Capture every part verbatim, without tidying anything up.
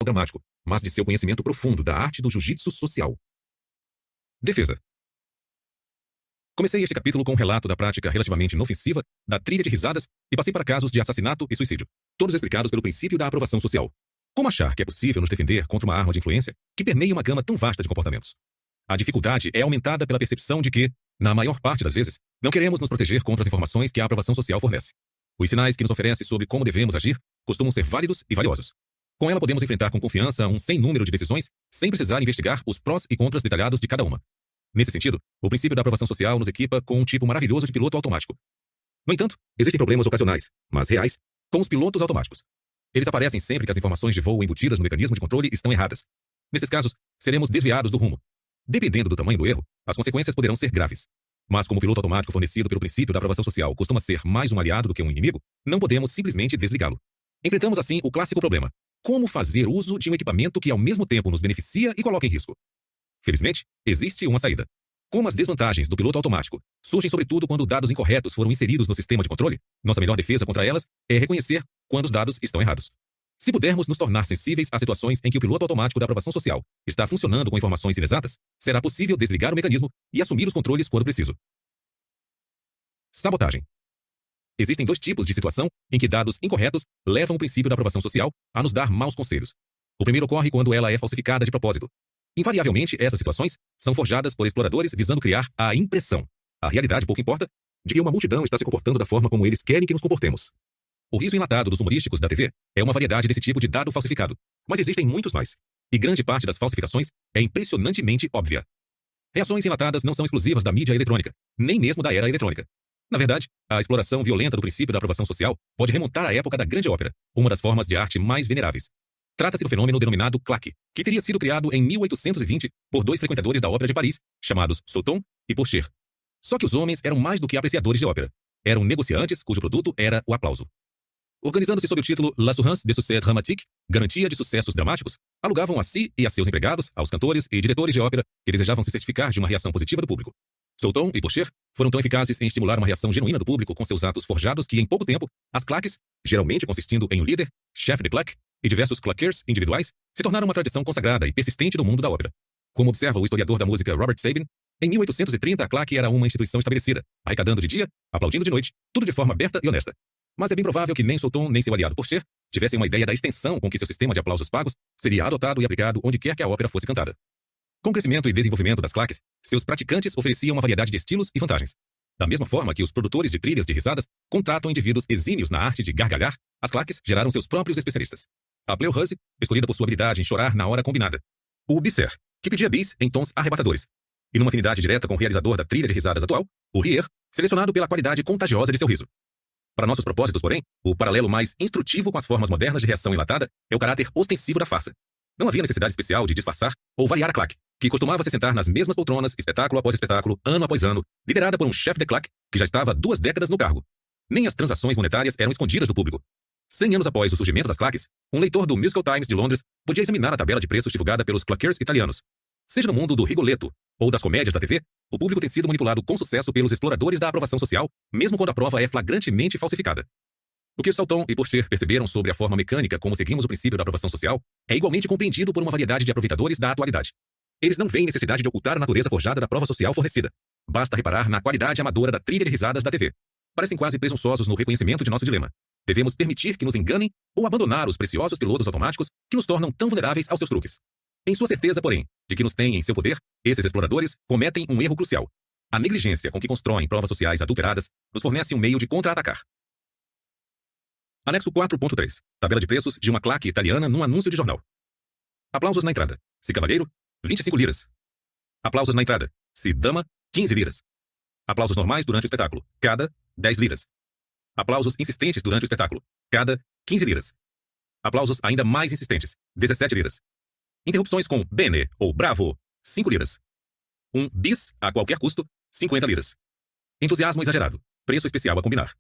dramático, mas de seu conhecimento profundo da arte do jiu-jitsu social. Defesa. Comecei este capítulo com um relato da prática relativamente inofensiva da trilha de risadas e passei para casos de assassinato e suicídio, todos explicados pelo princípio da aprovação social. Como achar que é possível nos defender contra uma arma de influência que permeia uma gama tão vasta de comportamentos? A dificuldade é aumentada pela percepção de que, na maior parte das vezes, não queremos nos proteger contra as informações que a aprovação social fornece. Os sinais que nos oferece sobre como devemos agir costumam ser válidos e valiosos. Com ela podemos enfrentar com confiança um sem número de decisões sem precisar investigar os prós e contras detalhados de cada uma. Nesse sentido, o princípio da aprovação social nos equipa com um tipo maravilhoso de piloto automático. No entanto, existem problemas ocasionais, mas reais, com os pilotos automáticos. Eles aparecem sempre que as informações de voo embutidas no mecanismo de controle estão erradas. Nesses casos, seremos desviados do rumo. Dependendo do tamanho do erro, as consequências poderão ser graves. Mas como o piloto automático fornecido pelo princípio da aprovação social costuma ser mais um aliado do que um inimigo, não podemos simplesmente desligá-lo. Enfrentamos assim o clássico problema: como fazer uso de um equipamento que ao mesmo tempo nos beneficia e coloca em risco? Felizmente, existe uma saída. Como as desvantagens do piloto automático surgem sobretudo quando dados incorretos foram inseridos no sistema de controle, nossa melhor defesa contra elas é reconhecer quando os dados estão errados. Se pudermos nos tornar sensíveis a situações em que o piloto automático da aprovação social está funcionando com informações inexatas, será possível desligar o mecanismo e assumir os controles quando preciso. Sabotagem. Existem dois tipos de situação em que dados incorretos levam o princípio da aprovação social a nos dar maus conselhos. O primeiro ocorre quando ela é falsificada de propósito. Invariavelmente, essas situações são forjadas por exploradores visando criar a impressão, a realidade pouco importa, de que uma multidão está se comportando da forma como eles querem que nos comportemos. O riso enlatado dos humorísticos da T V é uma variedade desse tipo de dado falsificado, mas existem muitos mais, e grande parte das falsificações é impressionantemente óbvia. Reações enlatadas não são exclusivas da mídia eletrônica, nem mesmo da era eletrônica. Na verdade, a exploração violenta do princípio da aprovação social pode remontar à época da Grande Ópera, uma das formas de arte mais veneráveis. Trata-se do fenômeno denominado claque, que teria sido criado em mil oitocentos e vinte por dois frequentadores da Ópera de Paris, chamados Sauton e Porcher. Só que os homens eram mais do que apreciadores de ópera. Eram negociantes cujo produto era o aplauso. Organizando-se sob o título L'assurance de succès dramatique, garantia de sucessos dramáticos, alugavam a si e a seus empregados, aos cantores e diretores de ópera que desejavam se certificar de uma reação positiva do público. Sauton e Porcher foram tão eficazes em estimular uma reação genuína do público com seus atos forjados que, em pouco tempo, as claques, geralmente consistindo em um líder, chefe de claque, e diversos claqueurs individuais, se tornaram uma tradição consagrada e persistente no mundo da ópera. Como observa o historiador da música Robert Sabin, em mil oitocentos e trinta a claque era uma instituição estabelecida, arrecadando de dia, aplaudindo de noite, tudo de forma aberta e honesta. Mas é bem provável que nem Sauton nem seu aliado Porcher tivessem uma ideia da extensão com que seu sistema de aplausos pagos seria adotado e aplicado onde quer que a ópera fosse cantada. Com o crescimento e desenvolvimento das claques, seus praticantes ofereciam uma variedade de estilos e vantagens. Da mesma forma que os produtores de trilhas de risadas contratam indivíduos exímios na arte de gargalhar, as claques geraram seus próprios especialistas. A Pleuhuse, escolhida por sua habilidade em chorar na hora combinada. O Bisser, que pedia bis em tons arrebatadores. E numa afinidade direta com o realizador da trilha de risadas atual, o Rier, selecionado pela qualidade contagiosa de seu riso. Para nossos propósitos, porém, o paralelo mais instrutivo com as formas modernas de reação enlatada é o caráter ostensivo da farsa. Não havia necessidade especial de disfarçar ou variar a claque, que costumava se sentar nas mesmas poltronas, espetáculo após espetáculo, ano após ano, liderada por um chefe de claque que já estava há duas décadas no cargo. Nem as transações monetárias eram escondidas do público. Cem anos após o surgimento das claques, um leitor do Musical Times de Londres podia examinar a tabela de preços divulgada pelos claqueurs italianos. Seja no mundo do Rigoletto ou das comédias da T V, o público tem sido manipulado com sucesso pelos exploradores da aprovação social, mesmo quando a prova é flagrantemente falsificada. O que Sauton e Porcher perceberam sobre a forma mecânica como seguimos o princípio da aprovação social é igualmente compreendido por uma variedade de aproveitadores da atualidade. Eles não veem necessidade de ocultar a natureza forjada da prova social fornecida. Basta reparar na qualidade amadora da trilha de risadas da T V. Parecem quase presunçosos no reconhecimento de nosso dilema. Devemos permitir que nos enganem ou abandonar os preciosos pilotos automáticos que nos tornam tão vulneráveis aos seus truques. Em sua certeza, porém, de que nos têm em seu poder, esses exploradores cometem um erro crucial. A negligência com que constroem provas sociais adulteradas nos fornece um meio de contra-atacar. Anexo quatro ponto três. Tabela de preços de uma claque italiana num anúncio de jornal. Aplausos na entrada. Se cavalheiro, vinte e cinco liras. Aplausos na entrada. Se dama, quinze liras. Aplausos normais durante o espetáculo. Cada, dez liras. Aplausos insistentes durante o espetáculo. Cada, quinze liras. Aplausos ainda mais insistentes. dezessete liras. Interrupções com bene ou bravo. cinco liras. Um bis a qualquer custo. cinquenta liras. Entusiasmo exagerado. Preço especial a combinar.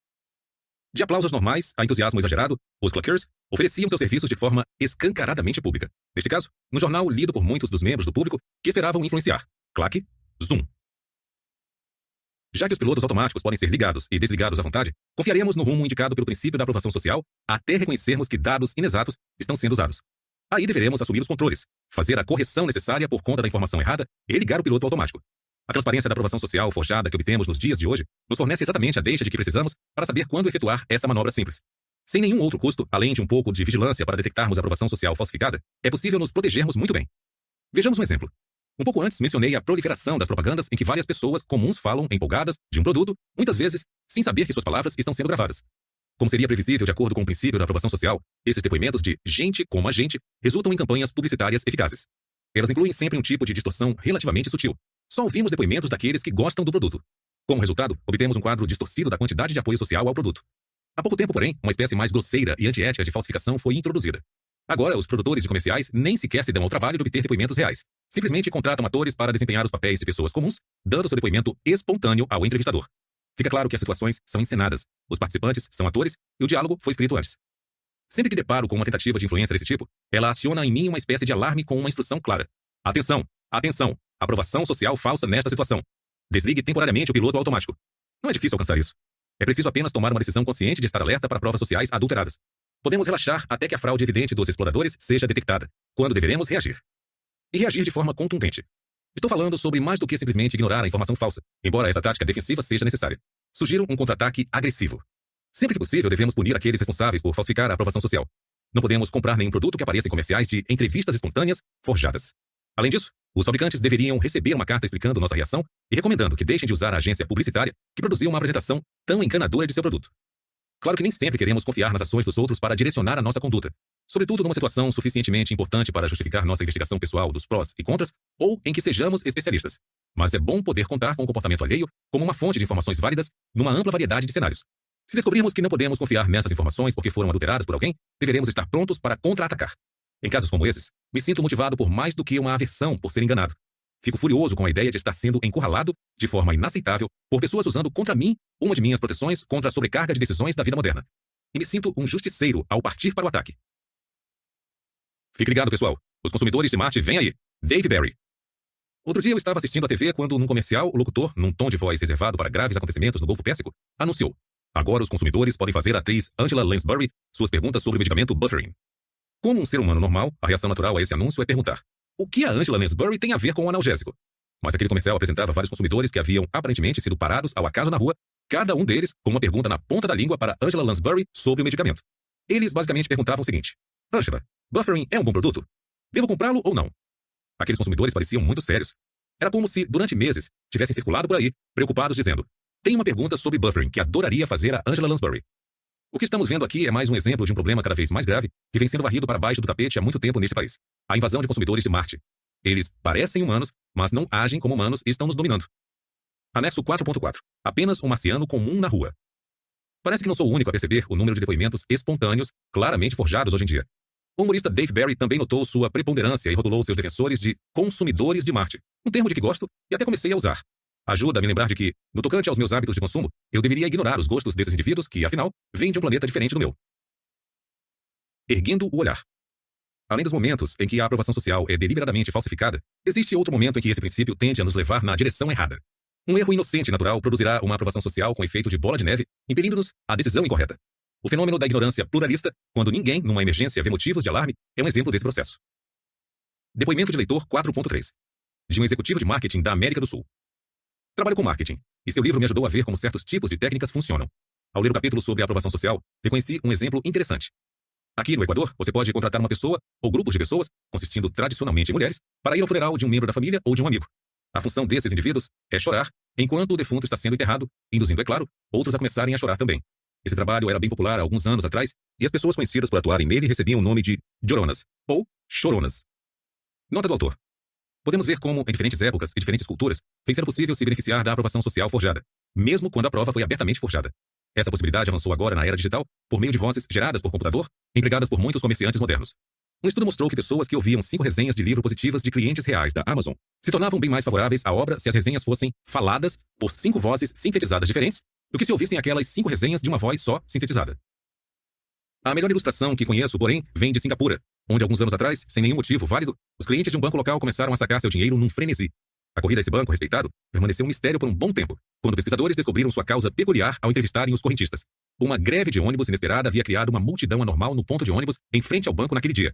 De aplausos normais a entusiasmo exagerado, os claqueurs ofereciam seus serviços de forma escancaradamente pública. Neste caso, no jornal lido por muitos dos membros do público que esperavam influenciar. Claque, zoom. Já que os pilotos automáticos podem ser ligados e desligados à vontade, confiaremos no rumo indicado pelo princípio da aprovação social até reconhecermos que dados inexatos estão sendo usados. Aí deveremos assumir os controles, fazer a correção necessária por conta da informação errada e ligar o piloto automático. A transparência da aprovação social forjada que obtemos nos dias de hoje nos fornece exatamente a deixa de que precisamos para saber quando efetuar essa manobra simples. Sem nenhum outro custo, além de um pouco de vigilância para detectarmos a aprovação social falsificada, é possível nos protegermos muito bem. Vejamos um exemplo. Um pouco antes mencionei a proliferação das propagandas em que várias pessoas comuns falam empolgadas de um produto, muitas vezes sem saber que suas palavras estão sendo gravadas. Como seria previsível de acordo com o princípio da aprovação social, esses depoimentos de gente como a gente resultam em campanhas publicitárias eficazes. Elas incluem sempre um tipo de distorção relativamente sutil. Só ouvimos depoimentos daqueles que gostam do produto. Como resultado, obtemos um quadro distorcido da quantidade de apoio social ao produto. Há pouco tempo, porém, uma espécie mais grosseira e antiética de falsificação foi introduzida. Agora, os produtores de comerciais nem sequer se dão ao trabalho de obter depoimentos reais. Simplesmente contratam atores para desempenhar os papéis de pessoas comuns, dando seu depoimento espontâneo ao entrevistador. Fica claro que as situações são encenadas, os participantes são atores e o diálogo foi escrito antes. Sempre que deparo com uma tentativa de influência desse tipo, ela aciona em mim uma espécie de alarme com uma instrução clara. Atenção! Atenção! Aprovação social falsa nesta situação. Desligue temporariamente o piloto automático. Não é difícil alcançar isso. É preciso apenas tomar uma decisão consciente de estar alerta para provas sociais adulteradas. Podemos relaxar até que a fraude evidente dos exploradores seja detectada, quando deveremos reagir. E reagir de forma contundente. Estou falando sobre mais do que simplesmente ignorar a informação falsa, embora essa tática defensiva seja necessária. Sugiro um contra-ataque agressivo. Sempre que possível, devemos punir aqueles responsáveis por falsificar a aprovação social. Não podemos comprar nenhum produto que apareça em comerciais de entrevistas espontâneas forjadas. Além disso, os fabricantes deveriam receber uma carta explicando nossa reação e recomendando que deixem de usar a agência publicitária que produziu uma apresentação tão enganadora de seu produto. Claro que nem sempre queremos confiar nas ações dos outros para direcionar a nossa conduta, sobretudo numa situação suficientemente importante para justificar nossa investigação pessoal dos prós e contras ou em que sejamos especialistas. Mas é bom poder contar com o comportamento alheio como uma fonte de informações válidas numa ampla variedade de cenários. Se descobrirmos que não podemos confiar nessas informações porque foram adulteradas por alguém, deveremos estar prontos para contra-atacar. Em casos como esses, me sinto motivado por mais do que uma aversão por ser enganado. Fico furioso com a ideia de estar sendo encurralado de forma inaceitável por pessoas usando contra mim uma de minhas proteções contra a sobrecarga de decisões da vida moderna. E me sinto um justiceiro ao partir para o ataque. Fique ligado, pessoal. Os consumidores de Marte vêm aí. Dave Barry. Outro dia eu estava assistindo a T V quando, num comercial, o locutor, num tom de voz reservado para graves acontecimentos no Golfo Pérsico, anunciou: agora os consumidores podem fazer à atriz Angela Lansbury suas perguntas sobre o medicamento Bufferin. Como um ser humano normal, a reação natural a esse anúncio é perguntar: o que a Angela Lansbury tem a ver com o analgésico? Mas aquele comercial apresentava vários consumidores que haviam aparentemente sido parados ao acaso na rua, cada um deles com uma pergunta na ponta da língua para Angela Lansbury sobre o medicamento. Eles basicamente perguntavam o seguinte: Angela, Bufferin é um bom produto? Devo comprá-lo ou não? Aqueles consumidores pareciam muito sérios. Era como se, durante meses, tivessem circulado por aí, preocupados dizendo: tem uma pergunta sobre Bufferin que adoraria fazer a Angela Lansbury. O que estamos vendo aqui é mais um exemplo de um problema cada vez mais grave que vem sendo varrido para baixo do tapete há muito tempo neste país. A invasão de consumidores de Marte. Eles parecem humanos, mas não agem como humanos e estão nos dominando. Anexo quatro ponto quatro. Apenas um marciano comum na rua. Parece que não sou o único a perceber o número de depoimentos espontâneos claramente forjados hoje em dia. O humorista Dave Barry também notou sua preponderância e rotulou seus defensores de consumidores de Marte, um termo de que gosto e até comecei a usar. Ajuda a me lembrar de que, no tocante aos meus hábitos de consumo, eu deveria ignorar os gostos desses indivíduos que, afinal, vêm de um planeta diferente do meu. Erguendo o olhar. Além dos momentos em que a aprovação social é deliberadamente falsificada, existe outro momento em que esse princípio tende a nos levar na direção errada. Um erro inocente e natural produzirá uma aprovação social com efeito de bola de neve, impelindo-nos à decisão incorreta. O fenômeno da ignorância pluralista, quando ninguém, numa emergência, vê motivos de alarme, é um exemplo desse processo. Depoimento de leitor quatro ponto três. De um executivo de marketing da América do Sul. Trabalho com marketing, e seu livro me ajudou a ver como certos tipos de técnicas funcionam. Ao ler o capítulo sobre a aprovação social, reconheci um exemplo interessante. Aqui no Equador, você pode contratar uma pessoa, ou grupos de pessoas, consistindo tradicionalmente em mulheres, para ir ao funeral de um membro da família ou de um amigo. A função desses indivíduos é chorar, enquanto o defunto está sendo enterrado, induzindo, é claro, outros a começarem a chorar também. Esse trabalho era bem popular há alguns anos atrás, e as pessoas conhecidas por atuarem nele recebiam o nome de lloronas, ou choronas. Nota do autor. Podemos ver como, em diferentes épocas e diferentes culturas, tem sido possível se beneficiar da aprovação social forjada, mesmo quando a prova foi abertamente forjada. Essa possibilidade avançou agora na era digital, por meio de vozes geradas por computador, empregadas por muitos comerciantes modernos. Um estudo mostrou que pessoas que ouviam cinco resenhas de livro positivas de clientes reais da Amazon se tornavam bem mais favoráveis à obra se as resenhas fossem faladas por cinco vozes sintetizadas diferentes do que se ouvissem aquelas cinco resenhas de uma voz só sintetizada. A melhor ilustração que conheço, porém, vem de Singapura, onde alguns anos atrás, sem nenhum motivo válido, os clientes de um banco local começaram a sacar seu dinheiro num frenesi. A corrida a esse banco respeitado permaneceu um mistério por um bom tempo, quando pesquisadores descobriram sua causa peculiar ao entrevistarem os correntistas. Uma greve de ônibus inesperada havia criado uma multidão anormal no ponto de ônibus em frente ao banco naquele dia.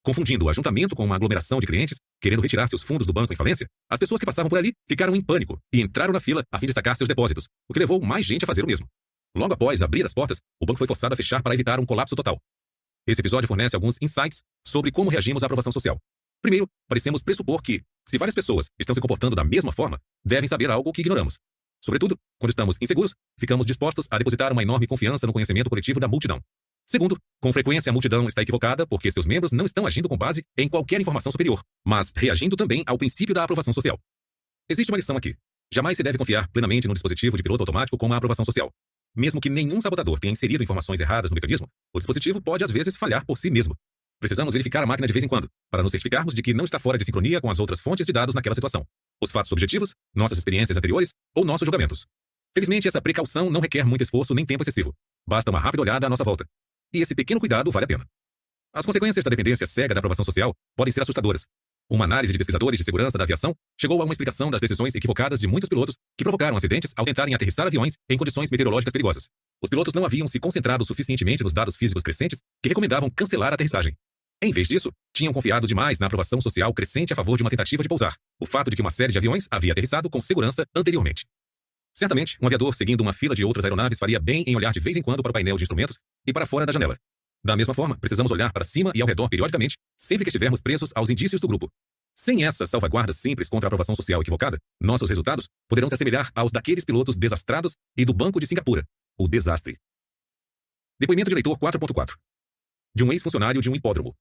Confundindo o ajuntamento com uma aglomeração de clientes, querendo retirar seus fundos do banco em falência, as pessoas que passavam por ali ficaram em pânico e entraram na fila a fim de sacar seus depósitos, o que levou mais gente a fazer o mesmo. Logo após abrir as portas, o banco foi forçado a fechar para evitar um colapso total. Esse episódio fornece alguns insights sobre como reagimos à aprovação social. Primeiro, parecemos pressupor que, se várias pessoas estão se comportando da mesma forma, devem saber algo que ignoramos. Sobretudo, quando estamos inseguros, ficamos dispostos a depositar uma enorme confiança no conhecimento coletivo da multidão. Segundo, com frequência a multidão está equivocada porque seus membros não estão agindo com base em qualquer informação superior, mas reagindo também ao princípio da aprovação social. Existe uma lição aqui. Jamais se deve confiar plenamente no dispositivo de piloto automático com a aprovação social. Mesmo que nenhum sabotador tenha inserido informações erradas no mecanismo, o dispositivo pode às vezes falhar por si mesmo. Precisamos verificar a máquina de vez em quando, para nos certificarmos de que não está fora de sincronia com as outras fontes de dados naquela situação, os fatos objetivos, nossas experiências anteriores ou nossos julgamentos. Felizmente, essa precaução não requer muito esforço nem tempo excessivo. Basta uma rápida olhada à nossa volta. E esse pequeno cuidado vale a pena. As consequências da dependência cega da aprovação social podem ser assustadoras. Uma análise de pesquisadores de segurança da aviação chegou a uma explicação das decisões equivocadas de muitos pilotos que provocaram acidentes ao tentarem aterrissar aviões em condições meteorológicas perigosas. Os pilotos não haviam se concentrado suficientemente nos dados físicos crescentes que recomendavam cancelar a aterrissagem. Em vez disso, tinham confiado demais na aprovação social crescente a favor de uma tentativa de pousar, o fato de que uma série de aviões havia aterrissado com segurança anteriormente. Certamente, um aviador seguindo uma fila de outras aeronaves faria bem em olhar de vez em quando para o painel de instrumentos e para fora da janela. Da mesma forma, precisamos olhar para cima e ao redor periodicamente, sempre que estivermos presos aos indícios do grupo. Sem essa salvaguarda simples contra a aprovação social equivocada, nossos resultados poderão se assemelhar aos daqueles pilotos desastrados e do Banco de Singapura, o desastre. Depoimento de leitor quatro ponto quatro. De um ex-funcionário de um hipódromo.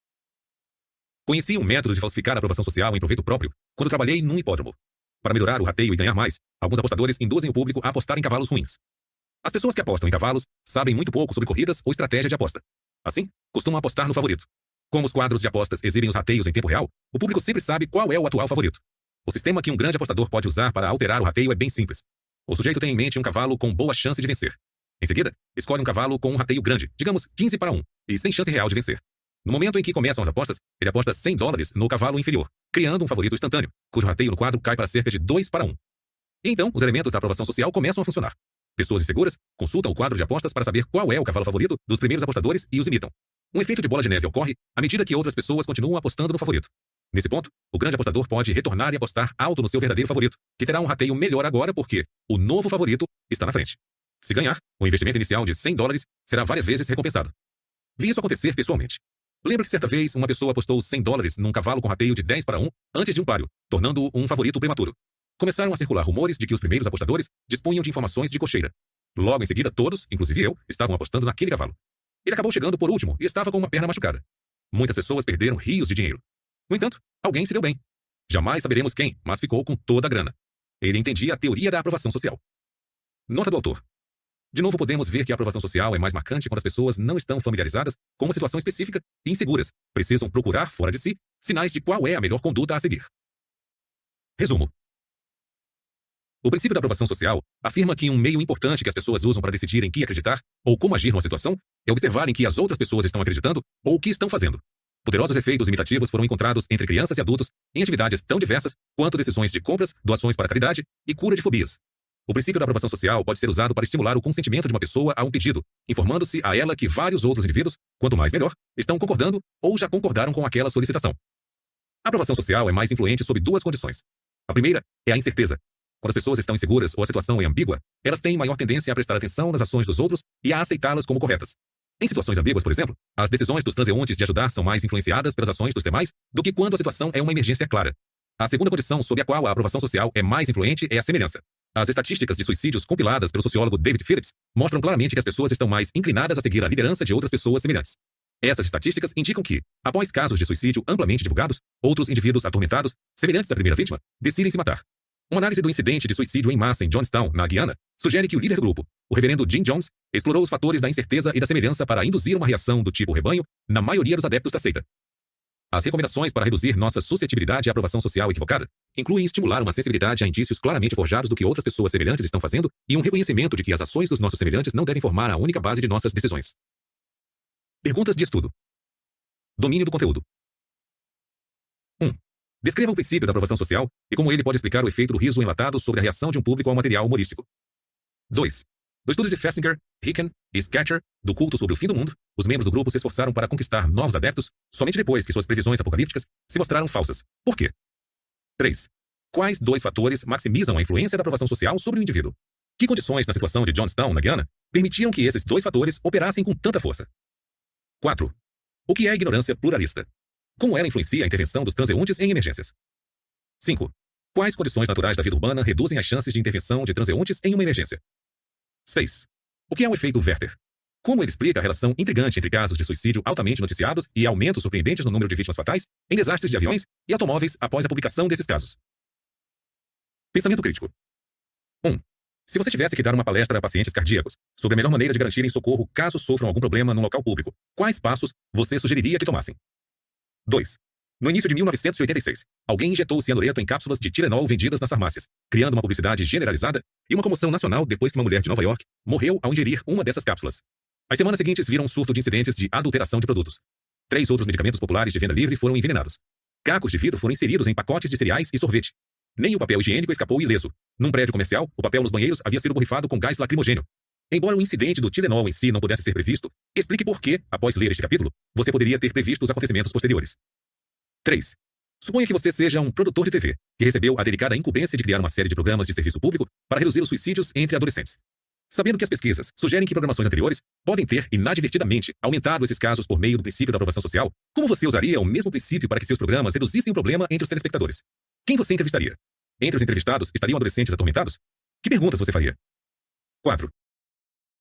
Conheci um método de falsificar a aprovação social em proveito próprio quando trabalhei num hipódromo. Para melhorar o rateio e ganhar mais, alguns apostadores induzem o público a apostar em cavalos ruins. As pessoas que apostam em cavalos sabem muito pouco sobre corridas ou estratégia de aposta. Assim, costumam apostar no favorito. Como os quadros de apostas exibem os rateios em tempo real, o público sempre sabe qual é o atual favorito. O sistema que um grande apostador pode usar para alterar o rateio é bem simples. O sujeito tem em mente um cavalo com boa chance de vencer. Em seguida, escolhe um cavalo com um rateio grande, digamos quinze para um, e sem chance real de vencer. No momento em que começam as apostas, ele aposta cem dólares no cavalo inferior, criando um favorito instantâneo, cujo rateio no quadro cai para cerca de dois para um. E então, os elementos da aprovação social começam a funcionar. Pessoas inseguras consultam o quadro de apostas para saber qual é o cavalo favorito dos primeiros apostadores e os imitam. Um efeito de bola de neve ocorre à medida que outras pessoas continuam apostando no favorito. Nesse ponto, o grande apostador pode retornar e apostar alto no seu verdadeiro favorito, que terá um rateio melhor agora porque o novo favorito está na frente. Se ganhar, o investimento inicial de cem dólares será várias vezes recompensado. Vi isso acontecer pessoalmente. Lembro que certa vez uma pessoa apostou cem dólares num cavalo com rateio de dez para um antes de um páreo, tornando-o um favorito prematuro. Começaram a circular rumores de que os primeiros apostadores dispunham de informações de cocheira. Logo em seguida, todos, inclusive eu, estavam apostando naquele cavalo. Ele acabou chegando por último e estava com uma perna machucada. Muitas pessoas perderam rios de dinheiro. No entanto, alguém se deu bem. Jamais saberemos quem, mas ficou com toda a grana. Ele entendia a teoria da aprovação social. Nota do autor. De novo, podemos ver que a aprovação social é mais marcante quando as pessoas não estão familiarizadas com uma situação específica e inseguras. Precisam procurar, fora de si, sinais de qual é a melhor conduta a seguir. Resumo. O princípio da aprovação social afirma que um meio importante que as pessoas usam para decidir em que acreditar ou como agir numa situação é observar em que as outras pessoas estão acreditando ou o que estão fazendo. Poderosos efeitos imitativos foram encontrados entre crianças e adultos em atividades tão diversas quanto decisões de compras, doações para caridade e cura de fobias. O princípio da aprovação social pode ser usado para estimular o consentimento de uma pessoa a um pedido, informando-se a ela que vários outros indivíduos, quanto mais melhor, estão concordando ou já concordaram com aquela solicitação. A aprovação social é mais influente sob duas condições. A primeira é a incerteza. Quando as pessoas estão inseguras ou a situação é ambígua, elas têm maior tendência a prestar atenção nas ações dos outros e a aceitá-las como corretas. Em situações ambíguas, por exemplo, as decisões dos transeuntes de ajudar são mais influenciadas pelas ações dos demais do que quando a situação é uma emergência clara. A segunda condição sob a qual a aprovação social é mais influente é a semelhança. As estatísticas de suicídios compiladas pelo sociólogo David Phillips mostram claramente que as pessoas estão mais inclinadas a seguir a liderança de outras pessoas semelhantes. Essas estatísticas indicam que, após casos de suicídio amplamente divulgados, outros indivíduos atormentados, semelhantes à primeira vítima, decidem se matar. Uma análise do incidente de suicídio em massa em Johnstown, na Guiana, sugere que o líder do grupo, o reverendo Jim Jones, explorou os fatores da incerteza e da semelhança para induzir uma reação do tipo rebanho na maioria dos adeptos da seita. As recomendações para reduzir nossa suscetibilidade à aprovação social equivocada incluem estimular uma sensibilidade a indícios claramente forjados do que outras pessoas semelhantes estão fazendo e um reconhecimento de que as ações dos nossos semelhantes não devem formar a única base de nossas decisões. Perguntas de estudo. Domínio do conteúdo. um. Descreva o princípio da aprovação social e como ele pode explicar o efeito do riso enlatado sobre a reação de um público ao material humorístico. dois. No estudo de Festinger, Hicken e Sketcher do culto sobre o fim do mundo, os membros do grupo se esforçaram para conquistar novos adeptos somente depois que suas previsões apocalípticas se mostraram falsas. Por quê? três. Quais dois fatores maximizam a influência da aprovação social sobre o indivíduo? Que condições na situação de Johnstown, na Guiana, permitiam que esses dois fatores operassem com tanta força? quatro. O que é a ignorância pluralista? Como ela influencia a intervenção dos transeuntes em emergências? cinco. Quais condições naturais da vida urbana reduzem as chances de intervenção de transeuntes em uma emergência? seis. O que é o efeito Werther? Como ele explica a relação intrigante entre casos de suicídio altamente noticiados e aumentos surpreendentes no número de vítimas fatais em desastres de aviões e automóveis após a publicação desses casos? Pensamento crítico. um. Se você tivesse que dar uma palestra a pacientes cardíacos sobre a melhor maneira de garantirem socorro caso sofram algum problema no local público, quais passos você sugeriria que tomassem? dois. No início de mil novecentos e oitenta e seis, alguém injetou cianureto em cápsulas de Tilenol vendidas nas farmácias, criando uma publicidade generalizada e uma comoção nacional depois que uma mulher de Nova York morreu ao ingerir uma dessas cápsulas. As semanas seguintes viram um surto de incidentes de adulteração de produtos. Três outros medicamentos populares de venda livre foram envenenados. Cacos de vidro foram inseridos em pacotes de cereais e sorvete. Nem o papel higiênico escapou ileso. Num prédio comercial, o papel nos banheiros havia sido borrifado com gás lacrimogêneo. Embora o incidente do Tilenol em si não pudesse ser previsto, explique por que, após ler este capítulo, você poderia ter previsto os acontecimentos posteriores. três. Suponha que você seja um produtor de T V, que recebeu a delicada incumbência de criar uma série de programas de serviço público para reduzir os suicídios entre adolescentes. Sabendo que as pesquisas sugerem que programações anteriores podem ter inadvertidamente aumentado esses casos por meio do princípio da aprovação social, como você usaria o mesmo princípio para que seus programas reduzissem o problema entre os telespectadores? Quem você entrevistaria? Entre os entrevistados estariam adolescentes atormentados? Que perguntas você faria? quatro.